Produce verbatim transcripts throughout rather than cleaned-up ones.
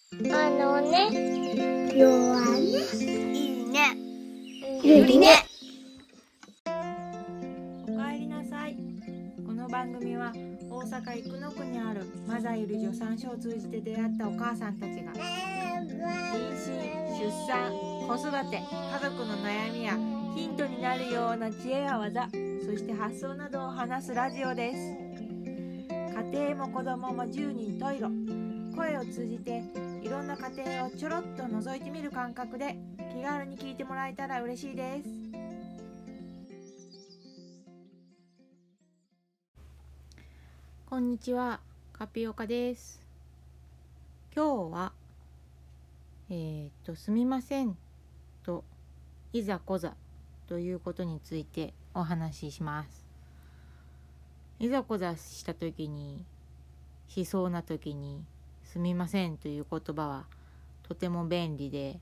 あのね、弱ね、 いいね、 ゆりね。 おかえりなさい。この番組は大阪生野区にあるマザゆり助産所を通じて出会ったお母さんたちが妊娠、出産、子育て、家族の悩みやヒントになるような知恵や技、そして発想などを話すラジオです。家庭も子供も十人十色、声を通じていろんな家庭をちょろっと覗いてみる感覚で気軽に聞いてもらえたら嬉しいです。こんにちは、カピオカです。今日はえー、っとすみませんといざこざということについてお話しします。いざこざした時にしそうな時にすみませんという言葉はとても便利で、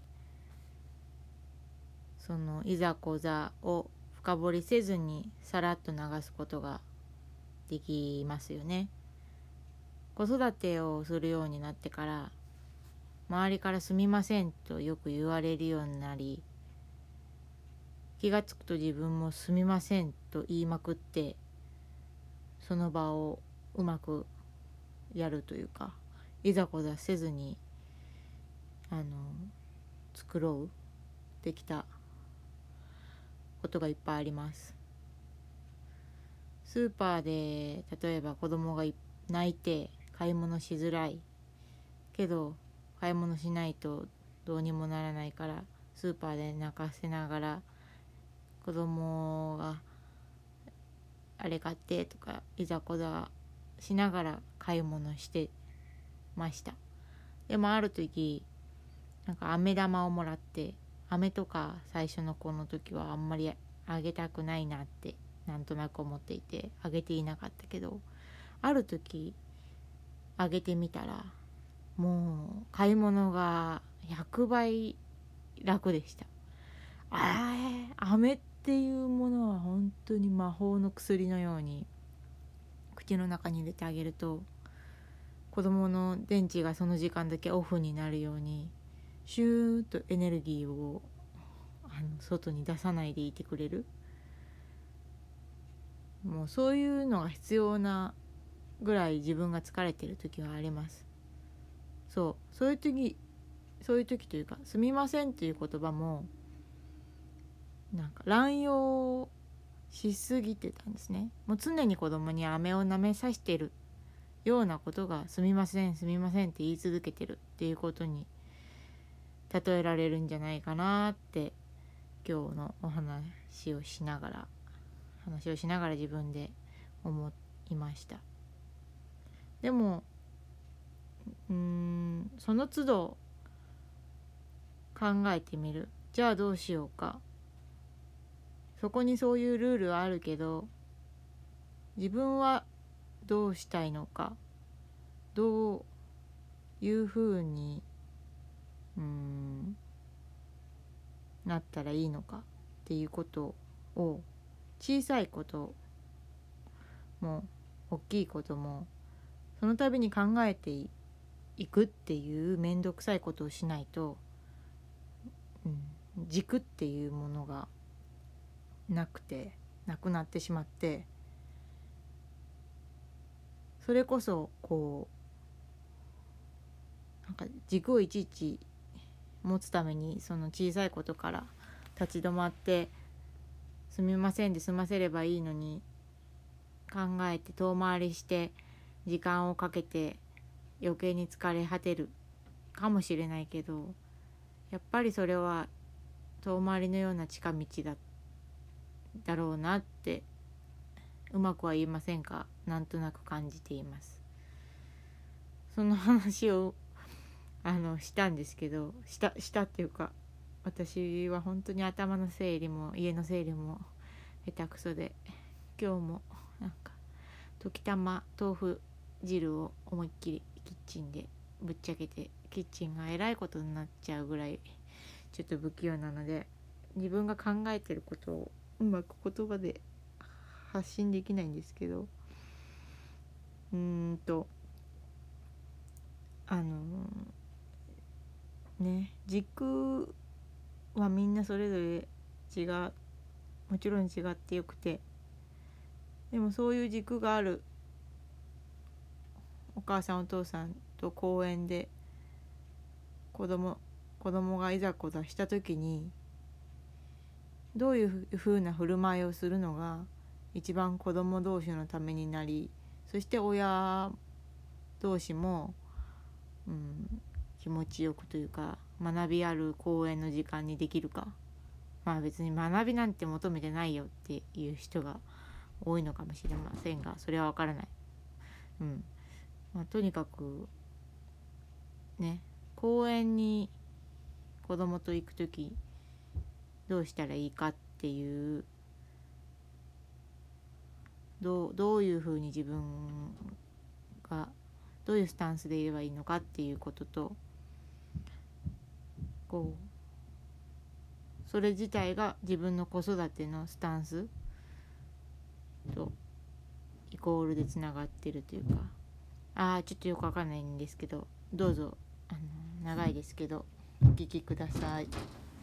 そのいざこざを深掘りせずにさらっと流すことができますよね。子育てをするようになってから周りからすみませんとよく言われるようになり、気がつくと自分もすみませんと言いまくってその場をうまくやるというか、いざこざせずにあの繕うできたことがいっぱいあります。スーパーで例えば子供が泣いて買い物しづらいけど買い物しないとどうにもならないから、スーパーで泣かせながら子供があれ買ってとかいざこざしながら買い物してました。でもある時なんか飴玉をもらって、飴とか最初の子の時はあんまりあげたくないなってなんとなく思っていてあげていなかったけど、ある時あげてみたらもう買い物がひゃくばい楽でした。あれ、飴っていうものは本当に魔法の薬のように口の中に入れてあげると、子供の電池がその時間だけオフになるようにシューッとエネルギーをあの外に出さないでいてくれる。もうそういうのが必要なぐらい自分が疲れてる時はあります。そうそういう時そういう時というか、すみませんという言葉もなんか乱用しすぎてたんですね。もう常に子供に飴を舐めさせてるようなことがすみませんすみませんって言い続けてるっていうことに例えられるんじゃないかなって今日のお話をしながら話をしながら自分で思いました。でもうーんその都度考えてみる。じゃあどうしようか。そこにそういうルールはあるけど自分はどうしたいのか、どういうふうにうーんなったらいいのかっていうことを、小さいことも大きいこともその度に考えていくっていうめんどくさいことをしないと、うん、軸っていうものがなくてなくなってしまって、それこそこうなんか軸をいちいち持つためにその小さいことから立ち止まってすみませんで済ませればいいのに、考えて遠回りして時間をかけて余計に疲れ果てるかもしれないけど、やっぱりそれは遠回りのような近道だだろうなって、うまくは言いませんがなんとなく感じています。その話をあのしたんですけどしたしたっていうか、私は本当に頭の整理も家の整理も下手くそで、今日もなんか溶き玉豆腐汁を思いっきりキッチンでぶっちゃけて、キッチンがえらいことになっちゃうぐらいちょっと不器用なので、自分が考えてることをうまく言葉で発信できないんですけど、うーんとあのね、軸はみんなそれぞれ違う、もちろん違ってよくて、でもそういう軸があるお母さんお父さんと公園で子供子供がいざこざした時にどういうふうな振る舞いをするのが一番子供同士のためになり、そして親同士も、うん、気持ちよくというか学びある公園の時間にできるか。まあ別に学びなんて求めてないよっていう人が多いのかもしれませんが、それは分からない。うんまあ、とにかくね、公園に子供と行くときどうしたらいいかっていう、どう、どういうふうに自分がどういうスタンスでいればいいのかっていうことと、こうそれ自体が自分の子育てのスタンスとイコールでつながってるというか、あーちょっとよくわかんないんですけど、どうぞあの長いですけどお聞きください。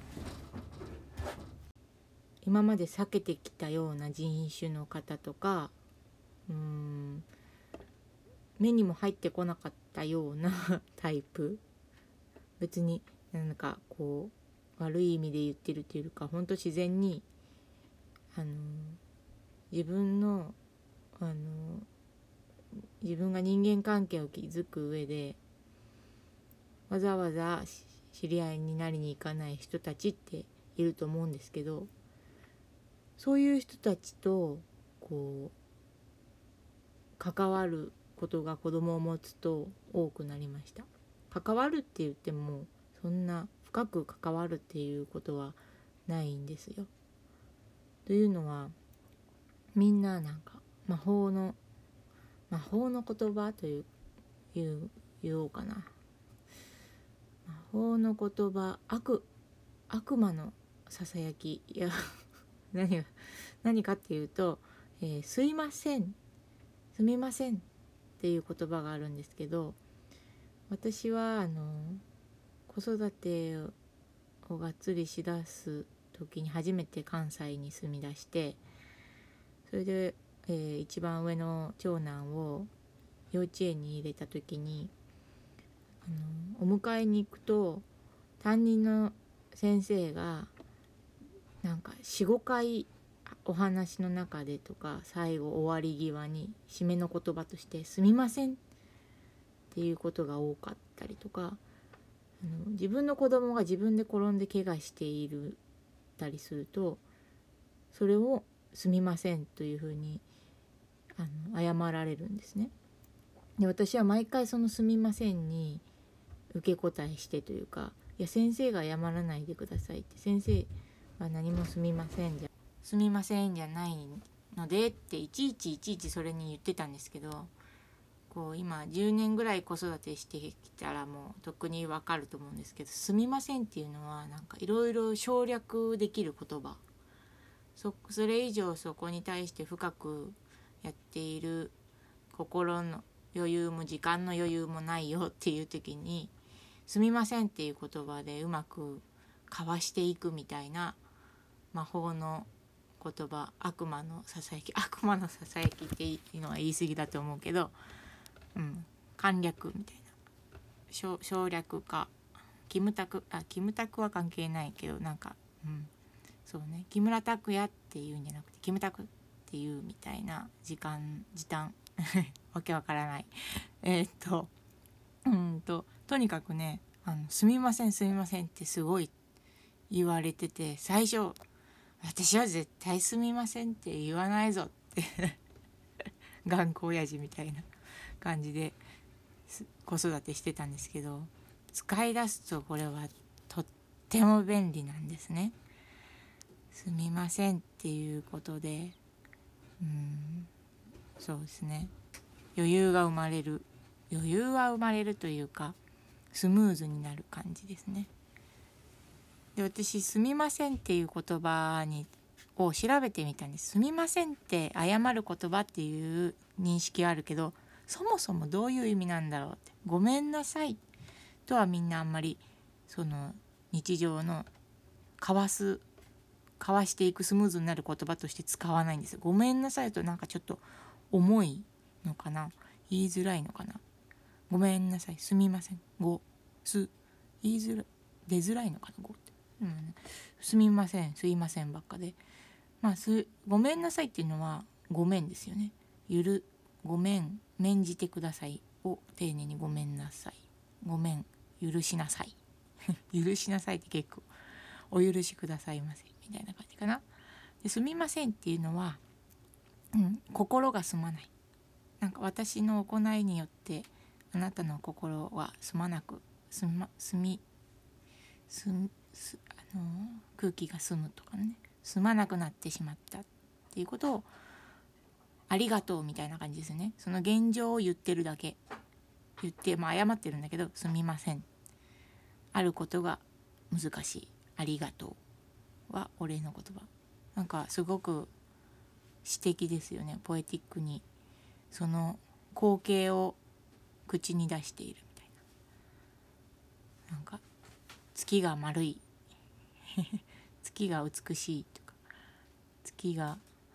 今まで避けてきたような人種の方とか、うーん目にも入ってこなかったようなタイプ、別になんかこう悪い意味で言ってるというか、本当自然にあの自分のあの自分が人間関係を築く上でわざわざ知り合いになりに行かない人たちっていると思うんですけど、そういう人たちとこう関わることが子供を持つと多くなりました。関わるって言ってもそんな深く関わるっていうことはないんですよ。というのはみんななんか魔法の魔法の言葉という言う言おうかな魔法の言葉、悪悪魔のささやき、いや何が何かっていうと、えー、すいませんすみませんっていう言葉があるんですけど、私はあの子育てをがっつりしだす時に初めて関西に住み出して、それで、えー、一番上の長男を幼稚園に入れた時に、あのお迎えに行くと担任の先生がなんか よん,ご 回お話の中でとか最後終わり際に締めの言葉としてすみませんっていうことが多かったりとか、あの自分の子供が自分で転んで怪我しているたりするとそれをすみませんというふうにあの謝られるんですね。で私は毎回そのすみませんに受け答えしてというか、いや先生が謝らないでくださいって、先生は何もすみませんじゃすみませんじゃないのでっていちいちいちいちそれに言ってたんですけど、こう今じゅうねんぐらい子育てしてきたらもう特にわかると思うんですけど、すみませんっていうのはなんかいろいろ省略できる言葉、そ, それ以上そこに対して深くやっている心の余裕も時間の余裕もないよっていう時にすみませんっていう言葉でうまくかわしていくみたいな魔法の言葉、悪魔のささやき、悪魔のささやきっていうのは言い過ぎだと思うけど、うん、簡略みたいな 省, 省略かキムタクあキムタクは関係ないけどなんか、うん、そうね、木村拓哉っていうんじゃなくてキムタクっていうみたいな時間時短わけわからないえー、っとうんととにかくね、あのすみませんすみませんってすごい言われてて、最初私は絶対すみませんって言わないぞって頑固親父みたいな感じで子育てしてたんですけど、使い出すとこれはとっても便利なんですね。すみませんっていうことで、うーんそうですね、余裕が生まれる余裕は生まれるというかスムーズになる感じですね。で私すみませんっていう言葉にを調べてみたんです。すみませんって謝る言葉っていう認識はあるけど、そもそもどういう意味なんだろうって、ごめんなさいとはみんなあんまりその日常の交わす交わしていくスムーズになる言葉として使わないんですよ。ごめんなさいとなんかちょっと重いのかな、言いづらいのかな。ごめんなさい、すみません、ごす言いづらい、出づらいのかな、ごって、うん、すみません、すいませんばっかで、まあすごめんなさいっていうのはごめんですよね。ゆるごめん、免じてくださいを丁寧にごめんなさい、ごめん、許しなさい許しなさいって結構お許しくださいませみたいな感じかな。ですみませんっていうのは、うん、心が済まない、なんか私の行いによってあなたの心は済まなくすま、すみすすあの空気が澄むとかね、澄まなくなってしまったっていうことをありがとうみたいな感じですね。その現状を言ってるだけ、言って、まあ、謝ってるんだけど、すみません、あることが難しい、ありがとうはお礼の言葉。なんかすごく詩的ですよね、ポエティックにその光景を口に出しているみたいな。なんか月が丸い月が美しいとか、月が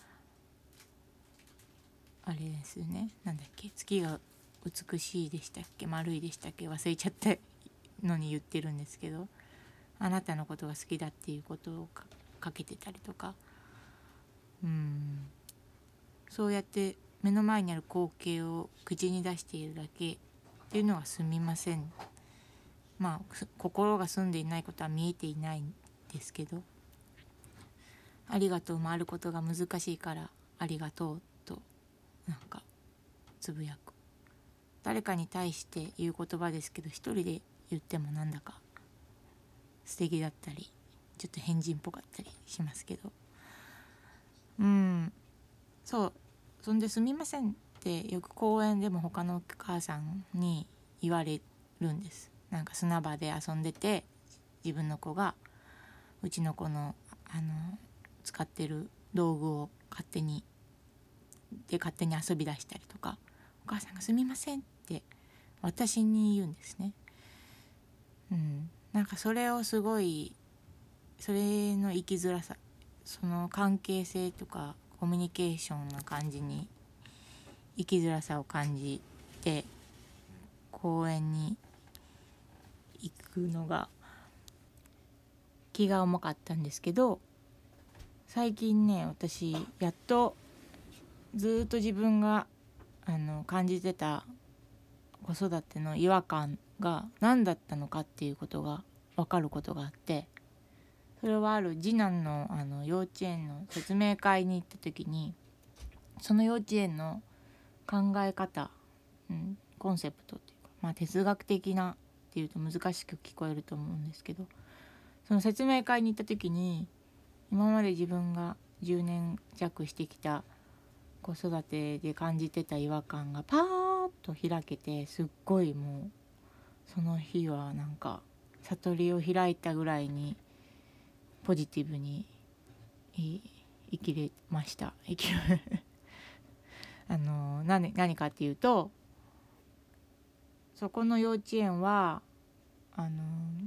あれですよね、なんだっけ、月が美しいでしたっけ、丸いでしたっけ、忘れちゃったのに言ってるんですけど、あなたのことが好きだっていうことを か, かけてたりとか、うーんそうやって目の前にある光景を口に出しているだけっていうのはすみません。まあ心が澄んでいないことは見えていないんですけど、ありがとうもあることが難しいからありがとうとなんかつぶやく。誰かに対して言う言葉ですけど、一人で言ってもなんだか素敵だったりちょっと変人っぽかったりしますけど、うんそうそんですみませんってよく公園でも他のお母さんに言われるんです。なんか砂場で遊んでて自分の子がうちの子のあの使ってる道具を勝手にで勝手に遊び出したりとか、お母さんがすみませんって私に言うんですね。うん、なんかそれをすごいそれの生きづらさ、その関係性とかコミュニケーションな感じに生きづらさを感じて公園に行くのが気が重かったんですけど、最近ね私やっとずっと自分があの感じてた子育ての違和感が何だったのかっていうことが分かることがあって、それはある次男の、あの幼稚園の説明会に行った時に、その幼稚園の考え方、うん、コンセプトっていうか、まあ、哲学的なっていうと難しく聞こえると思うんですけど、その説明会に行った時に今まで自分がじゅうねん弱してきた子育てで感じてた違和感がパーッと開けて、すっごいもうその日はなんか悟りを開いたぐらいにポジティブに生きれました。生きるあの 何, 何かっていうと、そこの幼稚園はあの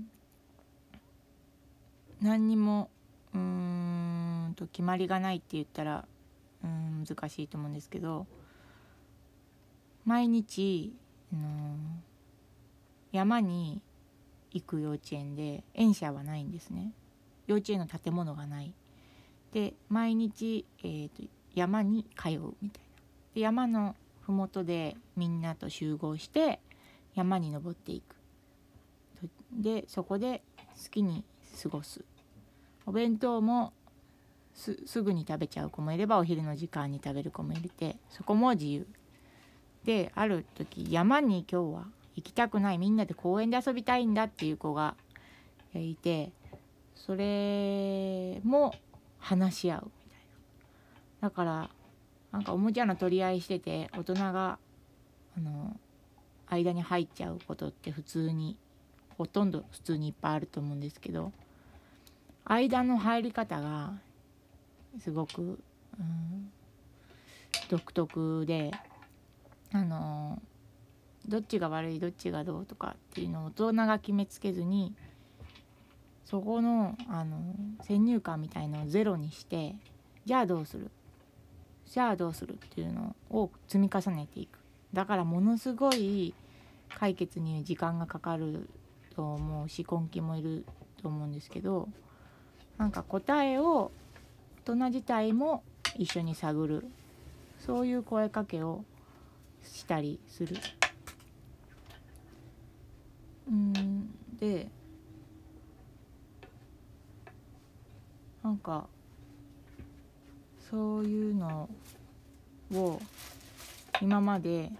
何にもうーんと決まりがないって言ったらうーん難しいと思うんですけど、毎日、あの山に行く幼稚園で園舎はないんですね。幼稚園の建物がないで、毎日、えーと、山に通うみたいな。で山の麓でみんなと集合して山に登っていく。でそこで好きに過ごす。お弁当も す, すぐに食べちゃう子もいれば、お昼の時間に食べる子もいて、そこも自由で、ある時山に今日は行きたくない、みんなで公園で遊びたいんだっていう子がいて、それも話し合うみたいな。だからなんかおもちゃの取り合いしてて、大人があの間に入っちゃうことって普通にほとんど普通にいっぱいあると思うんですけど、間の入り方がすごく、うん、独特で、あのどっちが悪いどっちがどうとかっていうのを大人が決めつけずに、 そこの、あの先入観みたいのをゼロにして、じゃあどうするじゃあどうするっていうのを積み重ねていく。だからものすごい解決に時間がかかると思うし、根気もいると思うんですけど、なんか答えを大人自体も一緒に探る、そういう声かけをしたりする。うんでなんかそういうのを今まで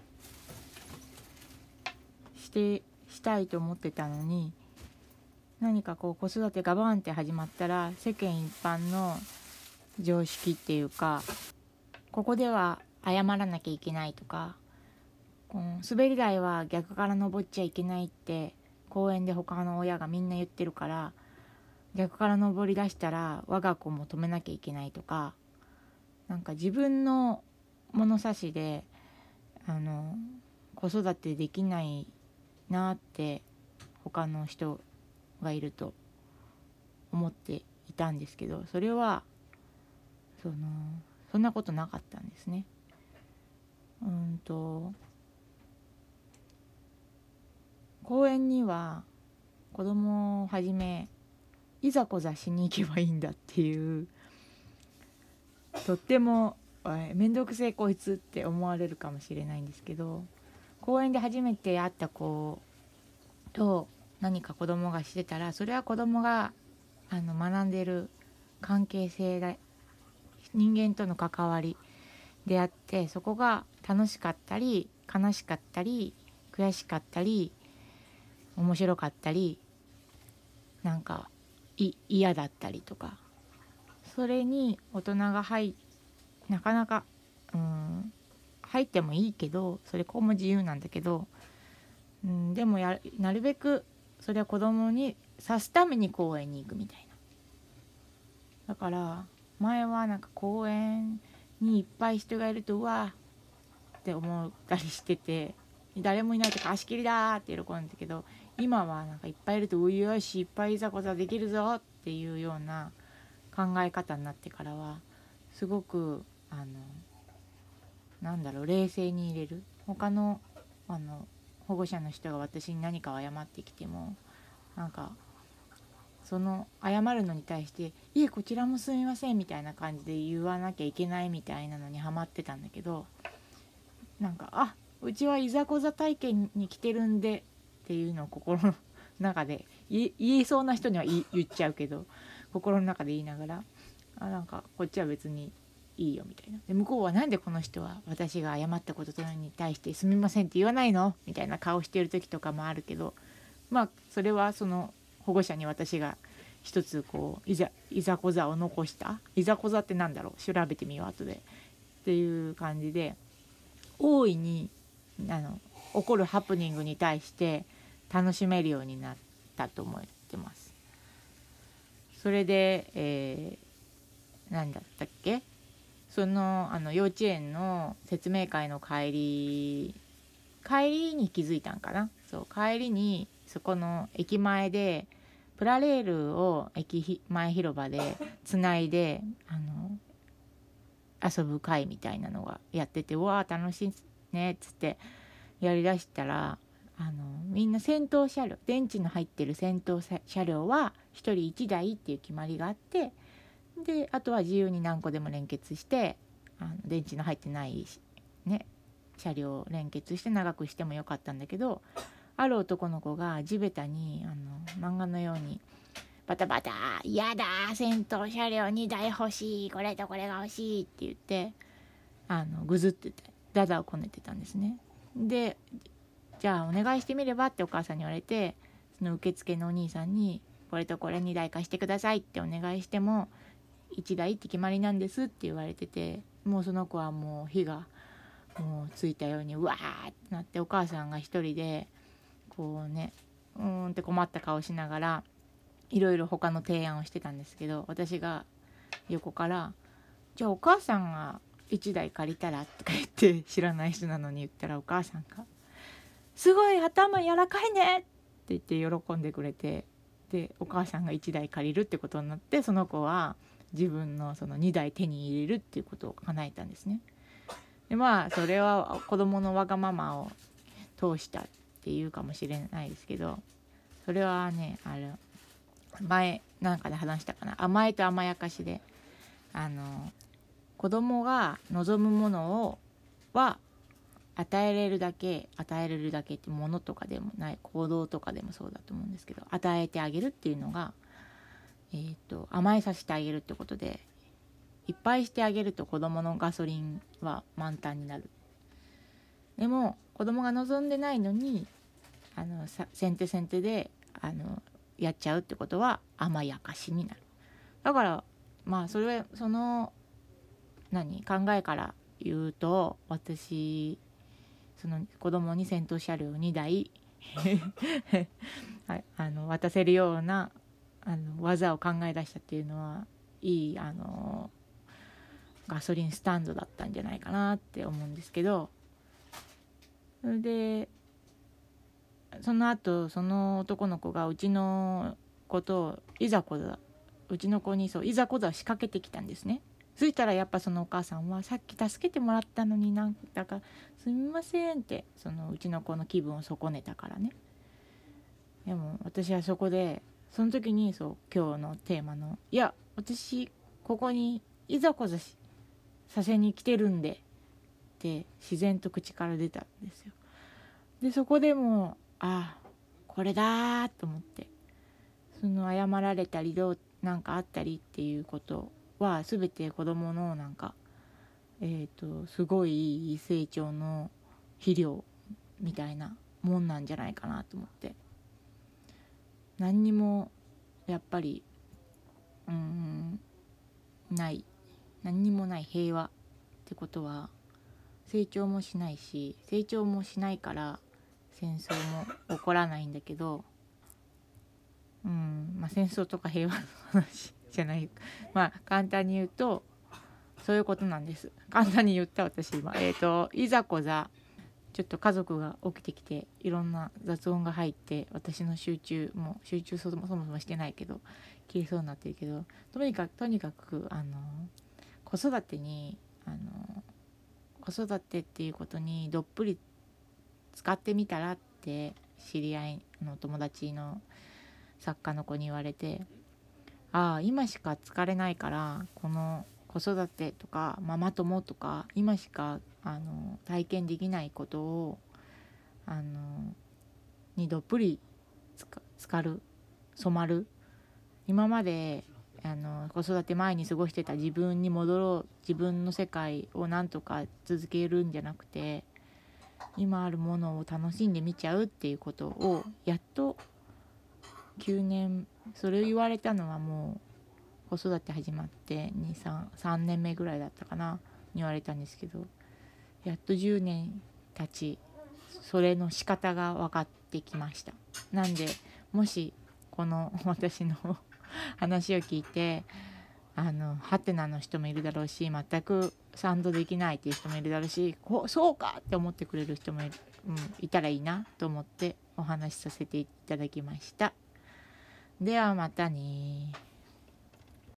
してしたいと思ってたのに、何かこう子育てがバーンって始まったら、世間一般の常識っていうか、ここでは謝らなきゃいけないとか、うん、滑り台は逆から登っちゃいけないって公園で他の親がみんな言ってるから、逆から登り出したら我が子も止めなきゃいけないとか、なんか自分の物差しであの子育てできないなって他の人がいると思っていたんですけど、それはそのそんなことなかったんですね。うんと公園には子供をはじめいざこざしに行けばいいんだっていう、とっても面倒くせえこいつって思われるかもしれないんですけど、公園で初めて会った子と何か子供がしてたら、それは子供があの学んでる関係性だ、人間との関わりであって、そこが楽しかったり悲しかったり悔しかったり面白かったり、なんかい嫌だったりとか、それに大人が入なかなかうん入ってもいいけど、それここも自由なんだけど、うん、でもやなるべくそれは子供にさすために公園に行くみたいな。だから前はなんか公園にいっぱい人がいるとうわーって思ったりしてて、誰もいないと貸し切りだーって喜んだけど、今はなんかいっぱいいるとうよしいっぱいいざこざできるぞっていうような考え方になってからは、すごくあのなんだろう冷静に入れる。他のあの保護者の人が私に何かを謝ってきても、なんかその謝るのに対して「いえこちらもすみません」みたいな感じで言わなきゃいけないみたいなのにハマってたんだけど、なんかあうちはいざこざ体験に来てるんでっていうのを心の中で言いそうな人には言っちゃうけど、心の中で言いながら、あなんかこっちは別にいいよみたいな。で向こうはなんでこの人は私が謝ったことに対してすみませんって言わないのみたいな顔してる時とかもあるけど、まあそれはその保護者に私が一つこういざいざこざを残した、いざこざってなんだろう調べてみよう後でっていう感じで、大いにあの起こるハプニングに対して楽しめるようになったと思ってます。それで、えー、何だったっけ、そのあの幼稚園の説明会の帰り帰りに気づいたんかな。そう帰りにそこの駅前でプラレールを駅前広場でつないであの遊ぶ会みたいなのがやってて、うわー楽しいねっつってやりだしたら、あのみんな先頭車両、電池の入ってる先頭車両はひとりいちだいっていう決まりがあって、であとは自由に何個でも連結してあの電池の入ってないね車両を連結して長くしてもよかったんだけど、ある男の子が地べたにあの漫画のようにバタバタ「やだ先頭車両にだい欲しい、これとこれが欲しい」って言ってあのぐずっててダダをこねてたんですね。でじゃあお願いしてみればってお母さんに言われて、その受付のお兄さんにこれとこれにだい貸してくださいってお願いしてもいちだいって決まりなんですって言われてて、もうその子はもう火がもうついたようにうわーってなって、お母さんが一人でこうねうーんって困った顔しながらいろいろ他の提案をしてたんですけど、私が横から「じゃあお母さんがいちだい借りたら?」とか言って、知らない人なのに言ったらお母さんが「すごい頭柔らかいね」って言って喜んでくれて、 でお母さんがいちだい借りるってことになって、その子は自分のそのにだい手に入れるっていうことを叶えたんですね。でまあそれは子供のわがままを通したっていうかもしれないですけど、それはねあれ前なんかで話したかな、甘えと甘やかしで、あの子供が望むものをは与えれるだけ与えれるだけってものとかでもない、行動とかでもそうだと思うんですけど、与えてあげるっていうのが、えー、と甘えさせてあげるってことで、いっぱいしてあげると子供のガソリンは満タンになる。でも子供が望んでないのにあのさ先手先手であのやっちゃうってことは甘やかしになる。だからまあそれはその何考えから言うと、私その子供に戦闘車両にだいあの渡せるようなあの技を考え出したっていうのはいいあのガソリンスタンドだったんじゃないかなって思うんですけど、それでその後その男の子がうちの子といざこざうちの子にそういざこざを仕掛けてきたんですね。そしたらやっぱそのお母さんはさっき助けてもらったのになんだかすみませんってそのうちの子の気分を損ねたからね。でも私はそこでその時にそう今日のテーマのいや私ここにいざこざしさせに来てるんでって自然と口から出たんですよ。でそこでもああこれだと思って、その謝られたりどうなんかあったりっていうことは全て子供のなんかえっとすごい成長の肥料みたいなもんなんじゃないかなと思って、何にもやっぱりうーんない何にもない平和ってことは成長もしないし、成長もしないから戦争も起こらないんだけど、うんまあ戦争とか平和の話じゃない、まあ簡単に言うとそういうことなんです。簡単に言った私今えっ、ー、といざこざちょっと家族が起きてきていろんな雑音が入って私の集中も集中そもそもしてないけど切れそうになってるけど、とにかくとにかくあの子育てにあの子育てっていうことにどっぷり使ってみたらって知り合いの友達の作家の子に言われて、ああ今しか疲れないからこの子育てとかママ友とか今しかあの体験できないことをあのにどっぷりつか浸かる染まる、今まであの子育て前に過ごしてた自分に戻ろう、自分の世界をなんとか続けるんじゃなくて今あるものを楽しんでみちゃうっていうことをやっときゅうねん、それを言われたのはもう子育て始まってにさん、さんねんめぐらいだったかなに言われたんですけど、やっとじゅうねん経ちそれの仕方が分かってきました。なんでもしこの私の話を聞いてあのハテナの人もいるだろうし、全く賛同できないっていう人もいるだろうし、こうそうかって思ってくれる人もいる、うん、いたらいいなと思ってお話しさせていただきました。ではまたね。